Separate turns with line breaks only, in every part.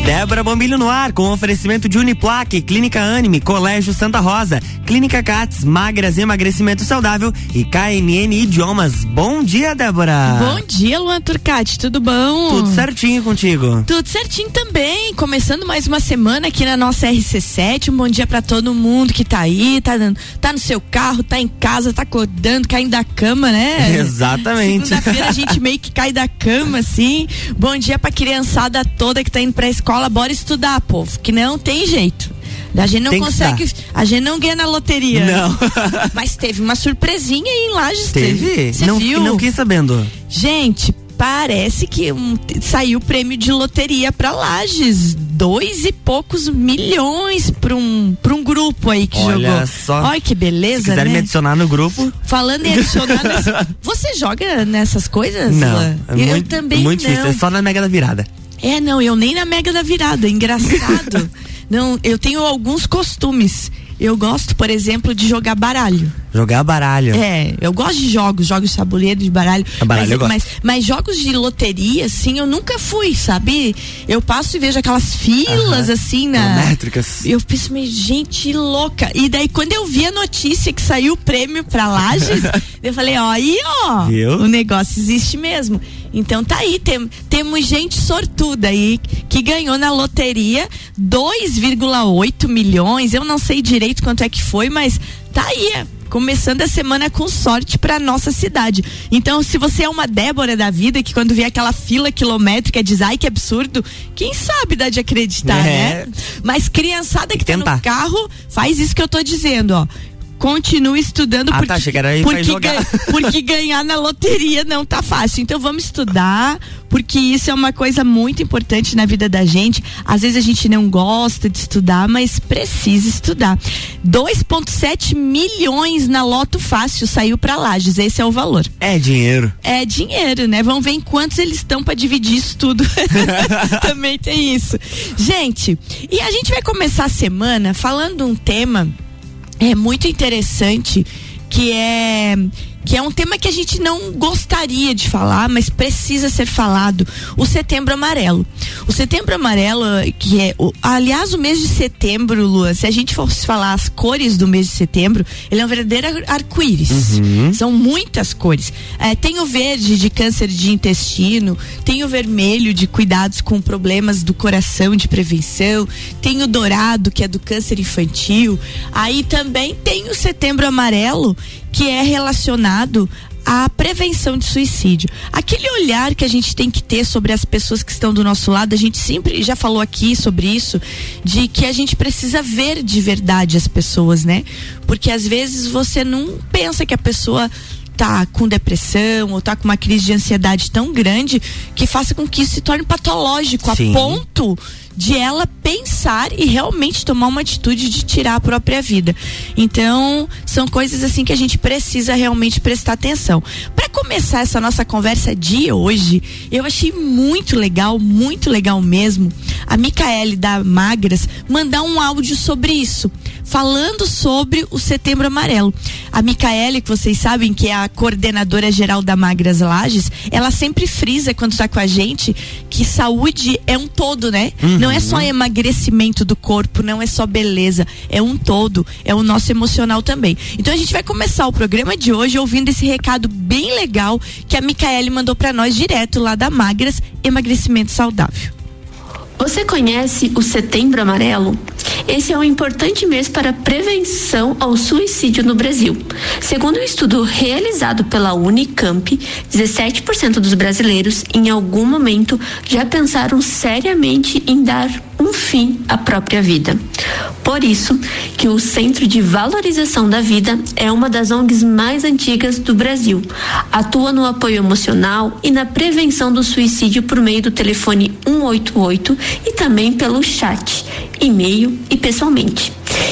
Débora Bombilho no ar, com oferecimento de Uniplaque, Clínica Anime, Colégio Santa Rosa, Clínica Cats, Magras Emagrecimento Saudável e KNN Idiomas. Bom dia, Débora.
Bom dia, Luan Turcati, tudo bom?
Tudo certinho contigo?
Tudo certinho também, começando mais uma semana aqui na nossa RC7, um bom dia pra todo mundo que tá aí, tá no seu carro, tá em casa, tá acordando, caindo da cama, né?
Exatamente.
Segunda-feira a gente meio que cai da cama, assim. Bom dia pra criançada toda que tá indo pra escola, bora estudar, povo, que não tem jeito. A gente não consegue, a gente não ganha na loteria.
Não.
Mas teve uma surpresinha aí em Lages.
Teve?
Você viu?
Não fiquei sabendo.
Gente, parece que saiu prêmio de loteria pra Lages, 2 e poucos milhões pra um grupo aí que jogou.
Olha só.
Olha que beleza,
se quiser, né? Me adicionar no grupo.
Falando em adicionar, você joga nessas coisas?
Não.
Eu também
muito
não.
difícil, é só na Mega da Virada.
Não, eu nem na Mega da Virada, engraçado. Não, eu tenho alguns costumes. Eu gosto, por exemplo, de jogar baralho.
Jogar baralho.
Eu gosto de jogos de tabuleiro, de baralho.
Baralho eu gosto.
Mas jogos de loteria, assim, eu nunca fui, sabe? Eu passo e vejo aquelas filas, assim,
métricas.
Eu penso, mas gente louca. E daí, quando eu vi a notícia que saiu o prêmio pra Lages, eu falei,
Viu?
O negócio existe mesmo. Então tá aí, temos gente sortuda aí que ganhou na loteria 2,8 milhões, eu não sei direito quanto é que foi, mas tá aí, começando a semana com sorte pra nossa cidade. Então, se você é uma Débora da vida, que quando vê aquela fila quilométrica diz, ai que absurdo, quem sabe dá de acreditar, né? Mas criançada que tá no carro, faz isso que eu tô dizendo, ó. Continue estudando porque ganhar na loteria não tá fácil. Então vamos estudar, porque isso é uma coisa muito importante na vida da gente. Às vezes a gente não gosta de estudar, mas precisa estudar. 2,7 milhões na Loto Fácil saiu pra Lages, esse é o valor.
É dinheiro.
É dinheiro, né? Vamos ver em quantos eles estão pra dividir isso tudo. Também tem isso. Gente, e a gente vai começar a semana falando um tema muito interessante, que é um tema que a gente não gostaria de falar, mas precisa ser falado, o Setembro Amarelo. O Setembro Amarelo, que é, aliás, o mês de setembro, Lua, se a gente fosse falar as cores do mês de setembro, ele é um verdadeiro arco-íris. São muitas cores. Tem o verde de câncer de intestino, tem o vermelho de cuidados com problemas do coração, de prevenção, tem o dourado, que é do câncer infantil. Aí também tem o Setembro Amarelo, que é relacionado à prevenção de suicídio. Aquele olhar que a gente tem que ter sobre as pessoas que estão do nosso lado, a gente sempre já falou aqui sobre isso, de que a gente precisa ver de verdade as pessoas, né? Porque às vezes você não pensa que a pessoa tá com depressão ou tá com uma crise de ansiedade tão grande que faça com que isso se torne patológico. Sim. A ponto de ela pensar e realmente tomar uma atitude de tirar a própria vida. Então, são coisas assim que a gente precisa realmente prestar atenção. Para começar essa nossa conversa de hoje, eu achei muito legal mesmo, a Micaele da Magras mandar um áudio sobre isso, falando sobre o Setembro Amarelo. A Micaele, que vocês sabem que é a coordenadora geral da Magras Lages, ela sempre frisa quando tá com a gente que saúde é um todo, né? Não é só emagrecimento do corpo, não é só beleza, é um todo, é o nosso emocional também. Então a gente vai começar o programa de hoje ouvindo esse recado bem legal que a Micaele mandou pra nós direto lá da Magras Emagrecimento Saudável.
Você conhece o Setembro Amarelo? Esse é um importante mês para a prevenção ao suicídio no Brasil. Segundo um estudo realizado pela Unicamp, 17% dos brasileiros, em algum momento, já pensaram seriamente em dar um fim à própria vida. Por isso que o Centro de Valorização da Vida é uma das ONGs mais antigas do Brasil. Atua no apoio emocional e na prevenção do suicídio por meio do telefone 188 e também pelo chat, e-mail e pessoalmente.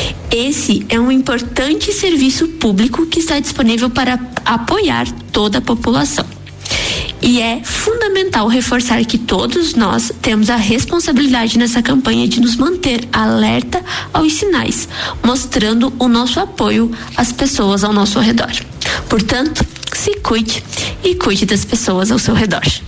Esse é um importante serviço público que está disponível para apoiar toda a população. E é fundamental reforçar que todos nós temos a responsabilidade nessa campanha de nos manter alerta aos sinais, mostrando o nosso apoio às pessoas ao nosso redor. Portanto, se cuide e cuide das pessoas ao seu redor.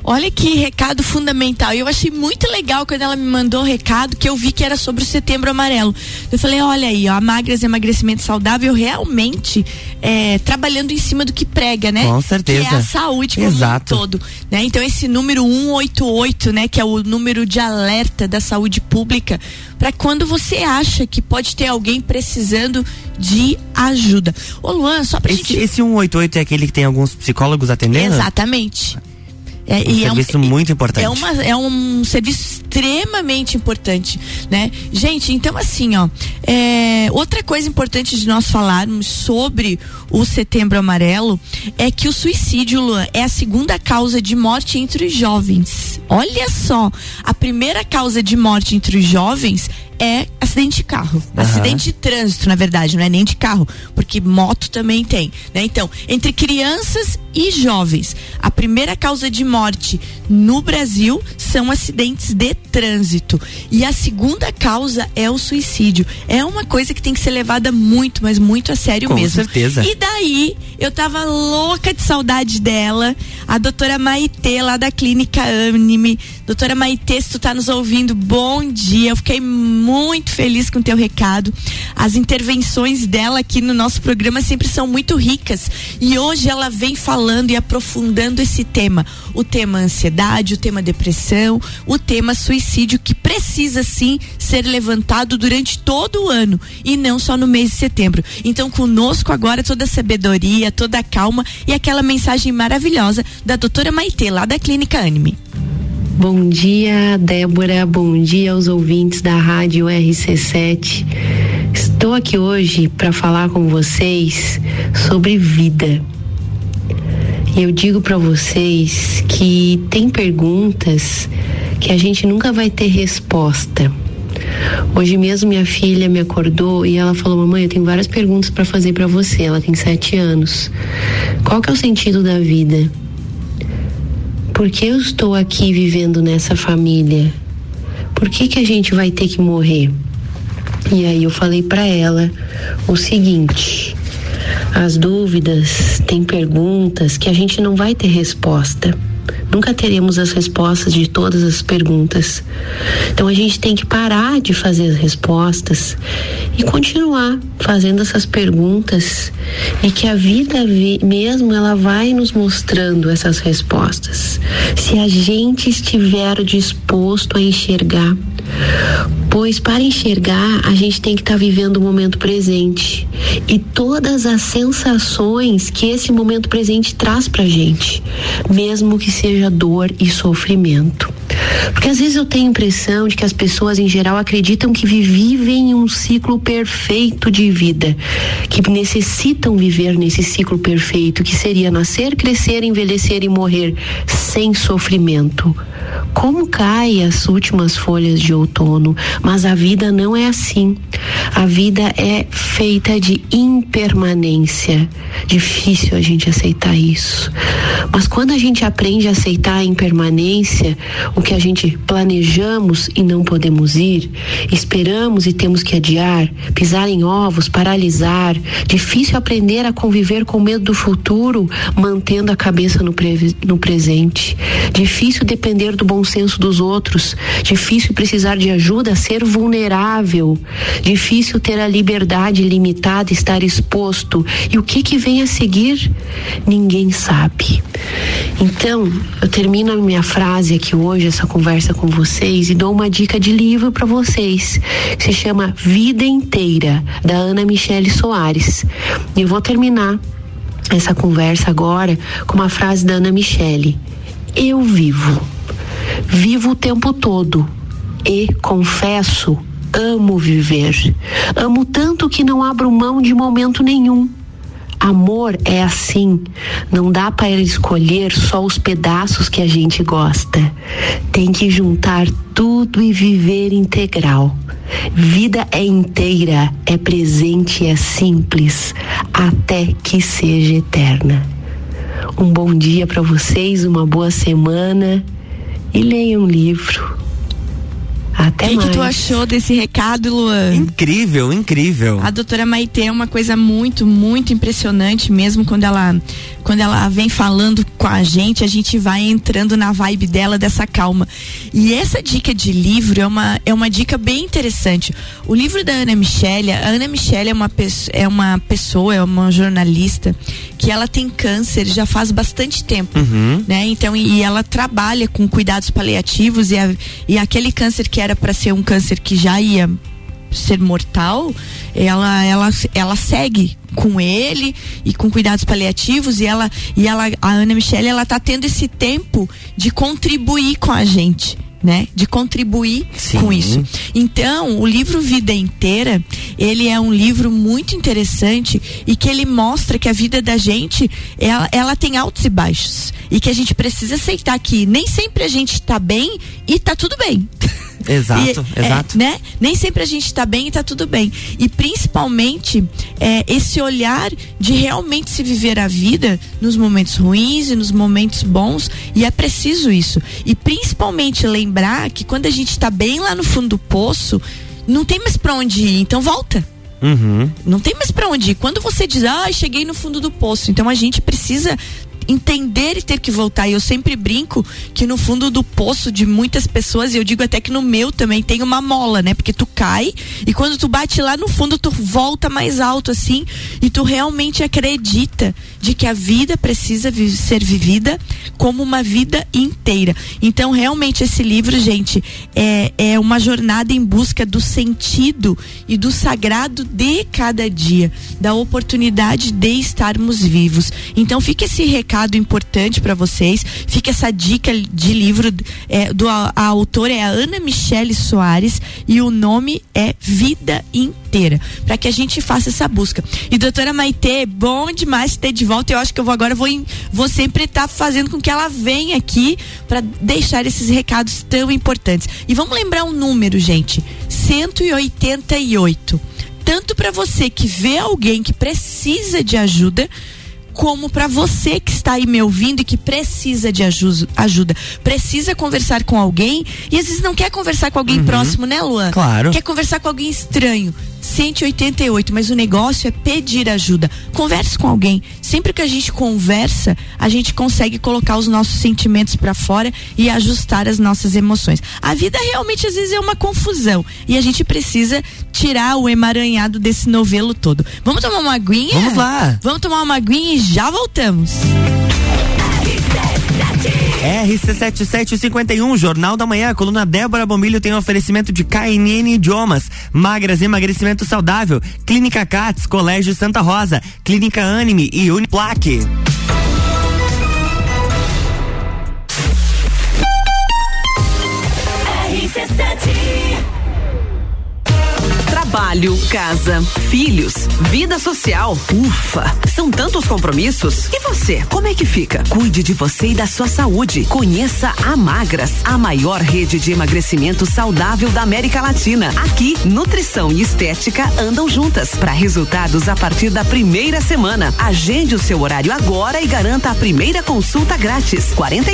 Olha que recado fundamental. Eu achei muito legal quando ela me mandou o recado, que eu vi que era sobre o Setembro Amarelo. Eu falei, olha aí, ó, a Magras Emagrecimento Saudável realmente trabalhando em cima do que prega, né?
Com certeza.
Que é a saúde como um todo, né? Então esse número 188, né, que é o número de alerta da saúde pública, para quando você acha que pode ter alguém precisando de ajuda. Ô Luan, só pra gente...
Esse 188 é aquele que tem alguns psicólogos atendendo?
Exatamente.
Serviço muito importante.
É um serviço extremamente importante, né? Gente, então assim, ó, outra coisa importante de nós falarmos sobre o Setembro Amarelo é que o suicídio, Luan, é a segunda causa de morte entre os jovens. Olha só, a primeira causa de morte entre os jovens é acidente de carro, acidente de trânsito, na verdade, não é nem de carro, porque moto também tem, né? Então, entre crianças e jovens, a primeira causa de morte no Brasil são acidentes de trânsito, e a segunda causa é o suicídio. É uma coisa que tem que ser levada muito, mas muito a sério mesmo.
Com certeza.
E daí, eu tava louca de saudade dela, a doutora Maitê, lá da Clínica Anime. Doutora Maitê, se tu tá nos ouvindo, bom dia. Eu fiquei muito feliz com o teu recado. As intervenções dela aqui no nosso programa sempre são muito ricas, e hoje ela vem falando e aprofundando esse tema, o tema ansiedade, o tema depressão, o tema suicídio, que precisa sim ser levantado durante todo o ano e não só no mês de setembro. Então, conosco agora toda a sabedoria, toda a calma e aquela mensagem maravilhosa da doutora Maitê, lá da Clínica Anime.
Bom dia, Débora, bom dia aos ouvintes da Rádio RC7. Estou aqui hoje para falar com vocês sobre vida. E eu digo para vocês que tem perguntas que a gente nunca vai ter resposta. Hoje mesmo minha filha me acordou e ela falou: mamãe, eu tenho várias perguntas para fazer para você. Ela tem 7 anos. Qual que é o sentido da vida? Por que eu estou aqui vivendo nessa família? Por que a gente vai ter que morrer? E aí eu falei para ela o seguinte: as dúvidas, tem perguntas que a gente não vai ter resposta. Nunca teremos as respostas de todas as perguntas. Então a gente tem que parar de fazer as respostas e continuar fazendo essas perguntas, e que a vida mesmo ela vai nos mostrando essas respostas, se a gente estiver disposto a enxergar. Pois para enxergar a gente tem que estar vivendo o momento presente e todas as sensações que esse momento presente traz pra gente, mesmo que seja dor e sofrimento. Porque às vezes eu tenho a impressão de que as pessoas em geral acreditam que vivem um ciclo perfeito de vida, que necessitam viver nesse ciclo perfeito, que seria nascer, crescer, envelhecer e morrer sem sofrimento. Como caem as últimas folhas de outono, mas a vida não é assim. A vida é feita de impermanência. Difícil a gente aceitar isso. Mas quando a gente aprende a aceitar a impermanência, o que a gente planejamos e não podemos ir, esperamos e temos que adiar, pisar em ovos, paralisar, difícil aprender a conviver com medo do futuro, mantendo a cabeça no presente. Difícil depender do bom senso dos outros, difícil precisar de ajuda, ser vulnerável, difícil ter a liberdade limitada, estar exposto. E o que vem a seguir? Ninguém sabe. Então, eu termino a minha frase aqui hoje, essa conversa com vocês, e dou uma dica de livro para vocês, que se chama Vida Inteira, da Ana Michele Soares. E eu vou terminar essa conversa agora com uma frase da Ana Michele: eu vivo o tempo todo e, confesso, amo viver. Amo tanto que não abro mão de momento nenhum. Amor é assim, não dá para escolher só os pedaços que a gente gosta. Tem que juntar tudo e viver integral. Vida é inteira, é presente, é simples, até que seja eterna. Um bom dia para vocês, uma boa semana e leiam um livro. Até mais. O
que tu achou desse recado, Luan?
Incrível, incrível.
A doutora Maitê é uma coisa muito, muito impressionante mesmo quando quando ela vem falando com a gente vai entrando na vibe dela, dessa calma. E essa dica de livro é uma dica bem interessante. O livro da Ana Michele, a Ana Michele é uma jornalista que ela tem câncer já faz bastante tempo, né? Então, e ela trabalha com cuidados paliativos e aquele câncer que era para ser um câncer que já ia ser mortal, ela segue com ele e com cuidados paliativos a Ana Michele, ela tá tendo esse tempo de contribuir com a gente, né? De contribuir com isso. Então, o livro Vida Inteira, ele é um livro muito interessante e que ele mostra que a vida da gente, ela tem altos e baixos e que a gente precisa aceitar que nem sempre a gente tá bem e tá tudo bem.
Exato.
Né? Nem sempre a gente tá bem e tá tudo bem. E principalmente esse olhar de realmente se viver a vida nos momentos ruins e nos momentos bons, e é preciso isso. E principalmente lembrar que quando a gente tá bem lá no fundo do poço, não tem mais pra onde ir, então volta. Não tem mais pra onde ir. Quando você diz, cheguei no fundo do poço, então a gente precisa entender e ter que voltar. E eu sempre brinco que no fundo do poço de muitas pessoas, e eu digo até que no meu também, tem uma mola, né? Porque tu cai e quando tu bate lá no fundo, tu volta mais alto assim, e tu realmente acredita de que a vida precisa ser vivida como uma vida inteira. Então, realmente, esse livro, gente, é uma jornada em busca do sentido e do sagrado de cada dia, da oportunidade de estarmos vivos. Então, fica esse recado importante para vocês, fica essa dica de livro, a autora é a Ana Michele Soares e o nome é Vida Inteira, para que a gente faça essa busca. E doutora Maitê, bom demais ter de volta. Eu acho que eu vou sempre estar fazendo com que ela venha aqui para deixar esses recados tão importantes. E vamos lembrar um número, gente, 188, tanto para você que vê alguém que precisa de ajuda, como para você que está aí me ouvindo e que precisa de ajuda, precisa conversar com alguém e às vezes não quer conversar com alguém próximo, né, Luan?
Claro.
Quer conversar com alguém estranho. 188, mas o negócio é pedir ajuda. Converse com alguém. Sempre que a gente conversa, a gente consegue colocar os nossos sentimentos para fora e ajustar as nossas emoções. A vida realmente às vezes é uma confusão e a gente precisa tirar o emaranhado desse novelo todo. Vamos tomar uma aguinha?
Vamos lá.
Vamos tomar uma aguinha e já voltamos.
RC7751, Jornal da Manhã, coluna Débora Bombilho tem um oferecimento de KNN Idiomas, Magras Emagrecimento Saudável, Clínica Cats, Colégio Santa Rosa, Clínica Anime e Uniplaque.
Trabalho, casa, filhos, vida social. Ufa, são tantos compromissos. E você, como é que fica? Cuide de você e da sua saúde. Conheça a Magras, a maior rede de emagrecimento saudável da América Latina. Aqui, nutrição e estética andam juntas para resultados a partir da primeira semana. Agende o seu horário agora e garanta a primeira consulta grátis.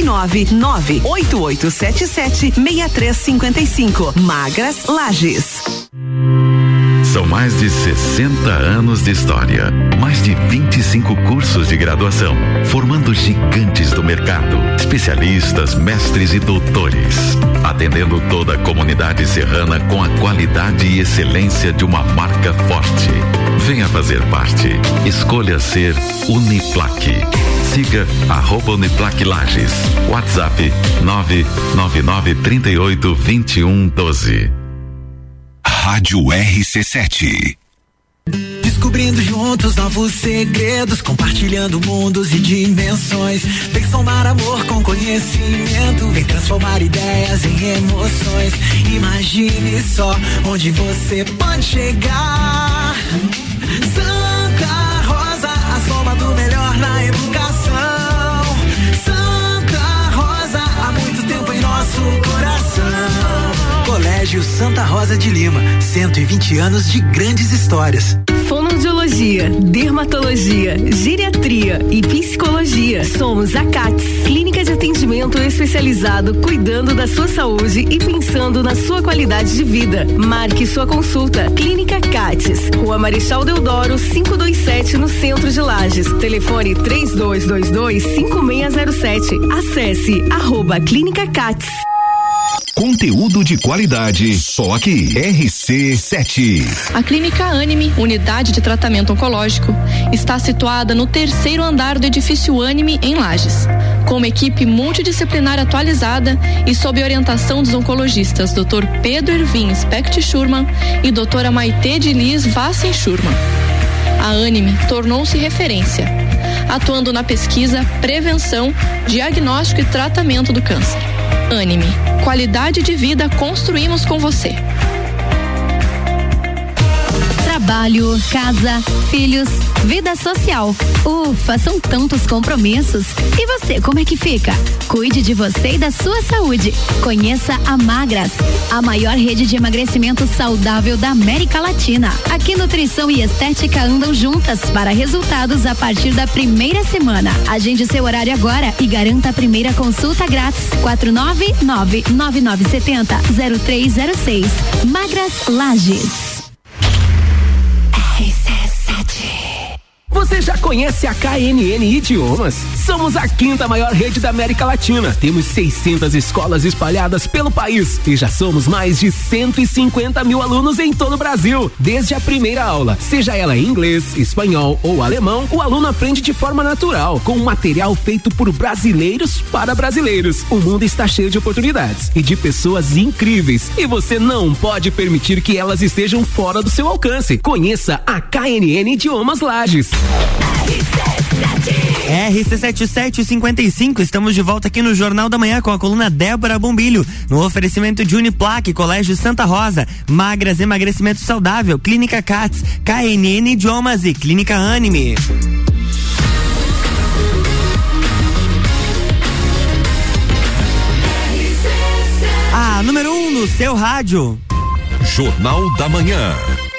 49-98877-6355. Magras Lages.
São mais de 60 anos de história, mais de 25 cursos de graduação, formando gigantes do mercado, especialistas, mestres e doutores, atendendo toda a comunidade serrana com a qualidade e excelência de uma marca forte. Venha fazer parte. Escolha ser Uniplaque. Siga @Uniplaque Lages. WhatsApp 999382112.
Rádio RC7.
Descobrindo juntos novos segredos, compartilhando mundos e dimensões. Vem somar amor com conhecimento, vem transformar ideias em emoções. Imagine só onde você pode chegar. Santa Rosa, a soma do melhor na educação. Santa Rosa, há muito tempo em nosso coração. Colégio Santa Rosa de Lima, 120 anos de grandes histórias.
Fomos
Cardiologia, dermatologia, geriatria e psicologia. Somos a CATS, clínica de atendimento especializado, cuidando da sua saúde e pensando na sua qualidade de vida. Marque sua consulta. Clínica CATS, Rua Marechal Deodoro, 527, no centro de Lages. Telefone 3222-5607. Acesse @Clínica CATS.
Conteúdo de qualidade, só aqui. RC7.
A Clínica Anime, unidade de tratamento oncológico, está situada no 3º andar do edifício Anime, em Lages. Com uma equipe multidisciplinar atualizada e sob orientação dos oncologistas Dr. Pedro Ervin Specht Schurman e doutora Maite de Liz Vassen Schurman. A Anime tornou-se referência, atuando na pesquisa, prevenção, diagnóstico e tratamento do câncer. Anime, qualidade de vida construímos com você.
Trabalho, casa, filhos, vida social. Ufa, são tantos compromissos. E você, como é que fica? Cuide de você e da sua saúde. Conheça a Magras, a maior rede de emagrecimento saudável da América Latina. Aqui nutrição e estética andam juntas para resultados a partir da primeira semana. Agende seu horário agora e garanta a primeira consulta grátis. 499-9970-0306. Magras Lages.
Você já conhece a KNN Idiomas? Somos a 5ª maior rede da América Latina. Temos 600 escolas espalhadas pelo país e já somos mais de 150 mil alunos em todo o Brasil. Desde a primeira aula, seja ela em inglês, espanhol ou alemão, o aluno aprende de forma natural, com material feito por brasileiros para brasileiros. O mundo está cheio de oportunidades e de pessoas incríveis e você não pode permitir que elas estejam fora do seu alcance. Conheça a KNN Idiomas Lages.
RC7755, estamos de volta aqui no Jornal da Manhã com a coluna Débora Bombilho, no oferecimento de Uniplaque, Colégio Santa Rosa, Magras Emagrecimento Saudável, Clínica CATS, KNN Idiomas e Clínica Anime. A número 1 no seu rádio.
Jornal da Manhã.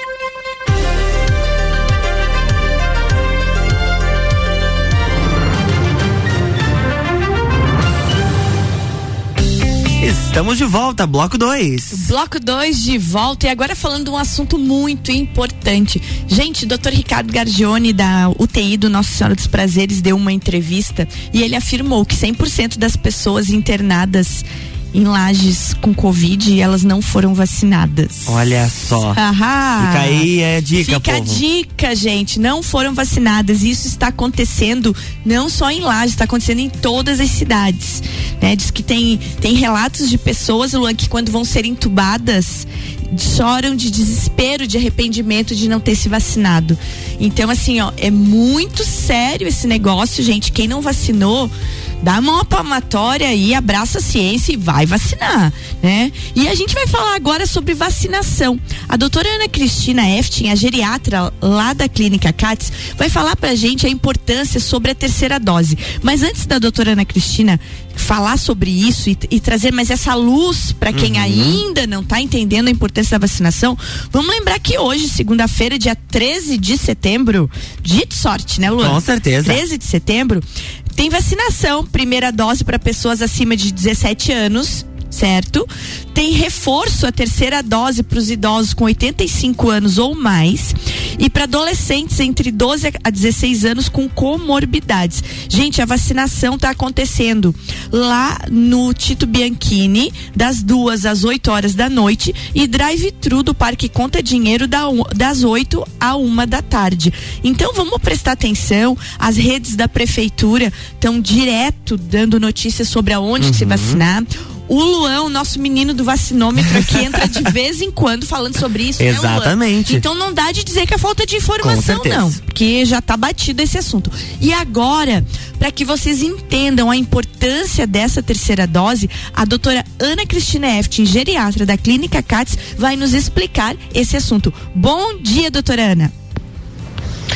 Estamos de volta, bloco 2.
Bloco 2 de volta, e agora falando de um assunto muito importante. Gente, o Dr. Ricardo Gargione, da UTI do Nossa Senhora dos Prazeres, deu uma entrevista e ele afirmou que 100% das pessoas internadas em Lages com Covid, elas não foram vacinadas.
Olha só.
Ahá.
Fica aí a dica,
Fica
povo.
a dica, gente. Não foram vacinadas. Isso está acontecendo não só em Lages, está acontecendo em todas as cidades. Né? Diz que tem relatos de pessoas, Luan, que quando vão ser entubadas, choram de desespero, de arrependimento de não ter se vacinado. Então, assim, ó, é muito sério esse negócio, gente. Quem não vacinou, dá a mão à palmatória e abraça a ciência e vai vacinar, né? E a gente vai falar agora sobre vacinação. A doutora Ana Cristina Eftin, a geriatra lá da Clínica CATS, vai falar pra gente a importância sobre a terceira dose. Mas antes da doutora Ana Cristina falar sobre isso e trazer mais essa luz para quem ainda não tá entendendo a importância da vacinação, vamos lembrar que hoje, segunda-feira, dia 13 de setembro, dia de sorte, né, Luan?
Com certeza.
13 de setembro, tem vacinação, primeira dose para pessoas acima de 17 anos, certo? Tem reforço, a terceira dose para os idosos com 85 anos ou mais, e para adolescentes entre 12 a 16 anos com comorbidades. Gente, a vacinação está acontecendo lá no Tito Bianchini, das 2 às 8 horas da noite, e drive-thru do Parque Conta Dinheiro das 8 à 1 da tarde. Então vamos prestar atenção, as redes da prefeitura estão direto dando notícias sobre aonde se vacinar. O Luan, o nosso menino do vacinômetro aqui, entra de vez em quando falando sobre isso.
Exatamente.
Né, então não dá de dizer que é falta de informação, não. Porque já tá batido esse assunto. E agora, para que vocês entendam a importância dessa terceira dose, a doutora Ana Cristina Eftin, geriatra da Clínica CATS, vai nos explicar esse assunto. Bom dia, doutora Ana.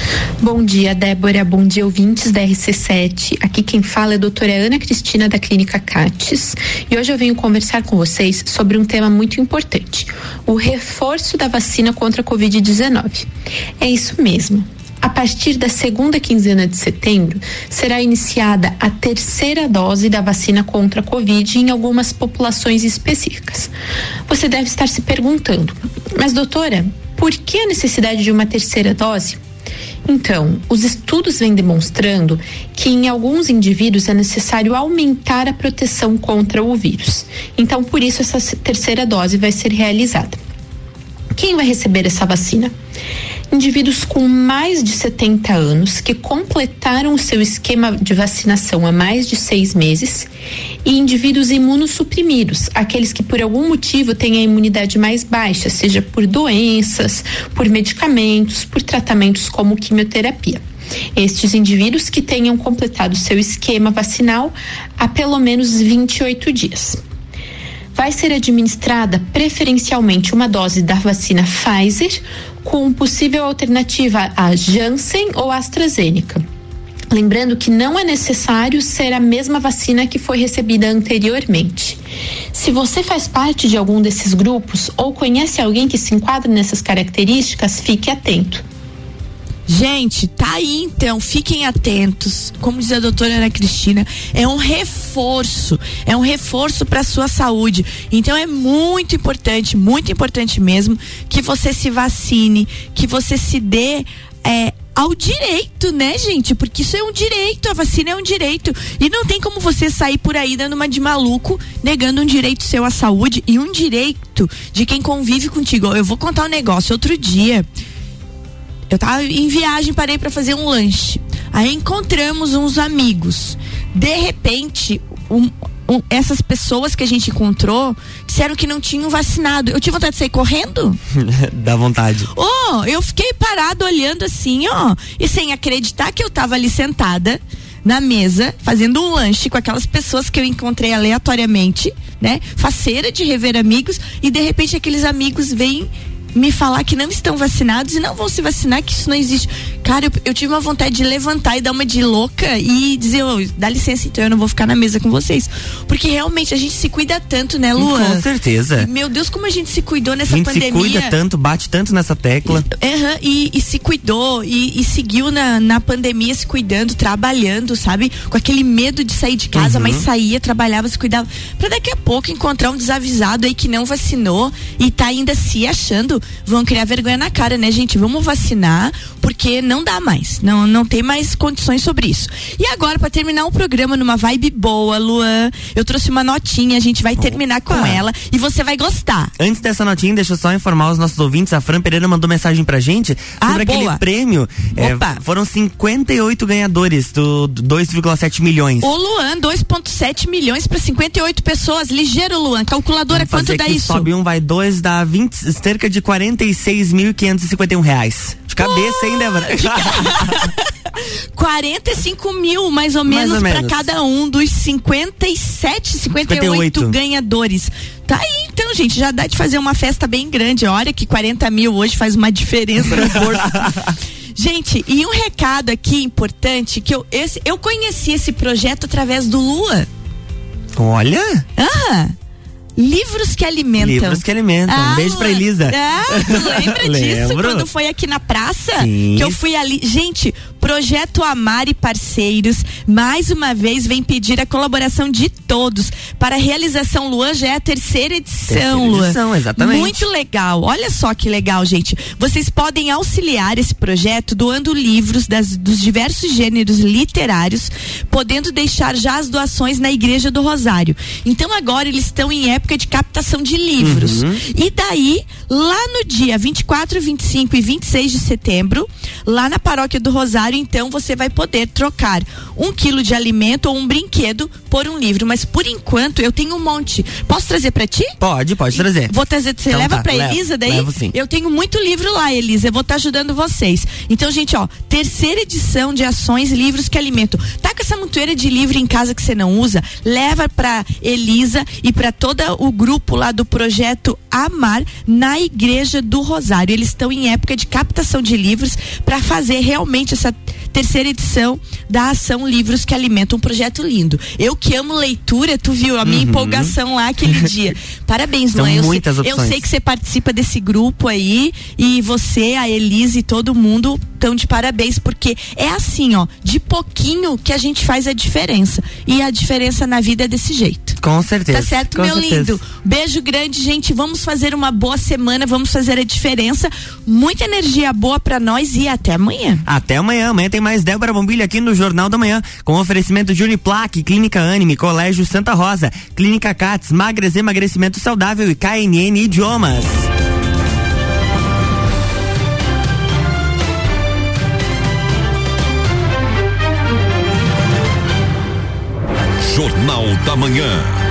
Bom dia, Débora. Bom dia, ouvintes da RC7. Aqui quem fala é a doutora Ana Cristina, da Clínica Cates. E hoje eu venho conversar com vocês sobre um tema muito importante: o reforço da vacina contra a Covid-19. É isso mesmo. A partir da segunda quinzena de setembro, será iniciada a terceira dose da vacina contra a Covid em algumas populações específicas. Você deve estar se perguntando, mas doutora, por que a necessidade de uma terceira dose? Então, os estudos vêm demonstrando que em alguns indivíduos é necessário aumentar a proteção contra o vírus. Então, por isso essa terceira dose vai ser realizada. Quem vai receber essa vacina? Indivíduos com mais de 70 anos que completaram o seu esquema de vacinação há mais de 6 meses e indivíduos imunossuprimidos, aqueles que por algum motivo têm a imunidade mais baixa, seja por doenças, por medicamentos, por tratamentos como quimioterapia. Estes indivíduos que tenham completado seu esquema vacinal há pelo menos 28 dias. Vai ser administrada preferencialmente uma dose da vacina Pfizer com possível alternativa a Janssen ou AstraZeneca. Lembrando que não é necessário ser a mesma vacina que foi recebida anteriormente. Se você faz parte de algum desses grupos ou conhece alguém que se enquadra nessas características, fique atento.
Gente, tá aí então, fiquem atentos. Como diz a doutora Ana Cristina, é um reforço para a sua saúde. Então é muito importante mesmo que você se vacine, que você se dê ao direito, né, gente? Porque isso é um direito, a vacina é um direito. E não tem como você sair por aí dando uma de maluco, negando um direito seu à saúde e um direito de quem convive contigo. Eu vou contar um negócio. Outro dia, eu tava em viagem, parei pra fazer um lanche. Aí encontramos uns amigos. De repente, essas pessoas que a gente encontrou disseram que não tinham vacinado. Eu tive vontade de sair correndo.
Dá vontade.
Eu fiquei parado olhando assim, e sem acreditar que eu tava ali sentada na mesa, fazendo um lanche com aquelas pessoas que eu encontrei aleatoriamente, né? Faceira de rever amigos, e de repente aqueles amigos vêm me falar que não estão vacinados e não vão se vacinar, que isso não existe. Cara, eu tive uma vontade de levantar e dar uma de louca e dizer, dá licença, então eu não vou ficar na mesa com vocês. Porque realmente a gente se cuida tanto, né, Luan?
Com certeza.
Meu Deus, como a gente se cuidou nessa pandemia.
A gente se cuida tanto, bate tanto nessa tecla.
E se cuidou e seguiu na pandemia se cuidando, trabalhando, sabe? Com aquele medo de sair de casa, mas saía, trabalhava, se cuidava. Pra daqui a pouco encontrar um desavisado aí que não vacinou e tá ainda se achando. Vão criar vergonha na cara, né, gente? Vamos vacinar, porque não dá mais. Não tem mais condições sobre isso. E agora, pra terminar o programa numa vibe boa, Luan, eu trouxe uma notinha, a gente vai terminar com ela e você vai gostar.
Antes dessa notinha, deixa eu só informar os nossos ouvintes. A Fran Pereira mandou mensagem pra gente sobre aquele prêmio. Foram 58 ganhadores do 2,7 milhões.
Ô, Luan, 2,7 milhões pra 58 pessoas. Ligeiro, Luan. Calculadora, quanto dá isso?
Sobe um, vai dois, dá cerca de R$46.551. De cabeça, hein, Débora?
45 mil, mais ou menos, para cada um dos 58 ganhadores. Tá aí, então, gente, já dá de fazer uma festa bem grande. Olha que 40 mil hoje faz uma diferença no bolso. Gente, e um recado aqui importante, que eu conheci esse projeto através do Lua.
Olha!
Livros que alimentam.
Livros que alimentam. Um beijo pra Elisa.
Tu lembra disso? Quando foi aqui na praça?
Sim.
Que eu fui ali. Gente, Projeto Amar e Parceiros, mais uma vez, vem pedir a colaboração de todos para a realização. Luan, já é a terceira edição, Luan.
Exatamente.
Muito legal. Olha só que legal, gente. Vocês podem auxiliar esse projeto doando livros dos diversos gêneros literários, podendo deixar já as doações na Igreja do Rosário. Então agora eles estão em época de captação de livros. E daí, lá no dia 24, 25 e 26 de setembro, lá na Paróquia do Rosário, então você vai poder trocar 1 quilo de alimento ou um brinquedo por um livro. Mas por enquanto eu tenho um monte. Posso trazer pra ti?
Pode trazer.
Vou trazer. Você então leva pra Elisa daí?
Levo sim.
Eu tenho muito livro lá, Elisa. Eu vou estar ajudando vocês. Então, gente, terceira edição de ações Livros que Alimentam. Tá com essa montoeira de livro em casa que você não usa, leva pra Elisa e pra todo o grupo lá do projeto Amar na Igreja do Rosário. Eles estão em época de captação de livros para fazer realmente essa terceira edição da ação Livros que Alimentam, um projeto lindo. Eu que amo leitura, tu viu a minha empolgação lá aquele dia. Parabéns, Luan. Eu sei que você participa desse grupo aí e você, a Elise e todo mundo estão de parabéns, porque é assim, ó, de pouquinho que a gente faz a diferença. E a diferença na vida é desse jeito.
Com certeza.
Tá certo,
com
meu
certeza.
lindo? Beijo grande, gente. Vamos fazer uma boa semana, vamos fazer a diferença. Muita energia boa pra nós e até amanhã.
Até amanhã. Amanhã tem mais Débora Bombilho aqui no Jornal da Manhã, com oferecimento de Uniplaque, Clínica Anime, Colégio Santa Rosa, Clínica Cats, Magras Emagrecimento Saudável e KNN Idiomas.
Jornal da Manhã.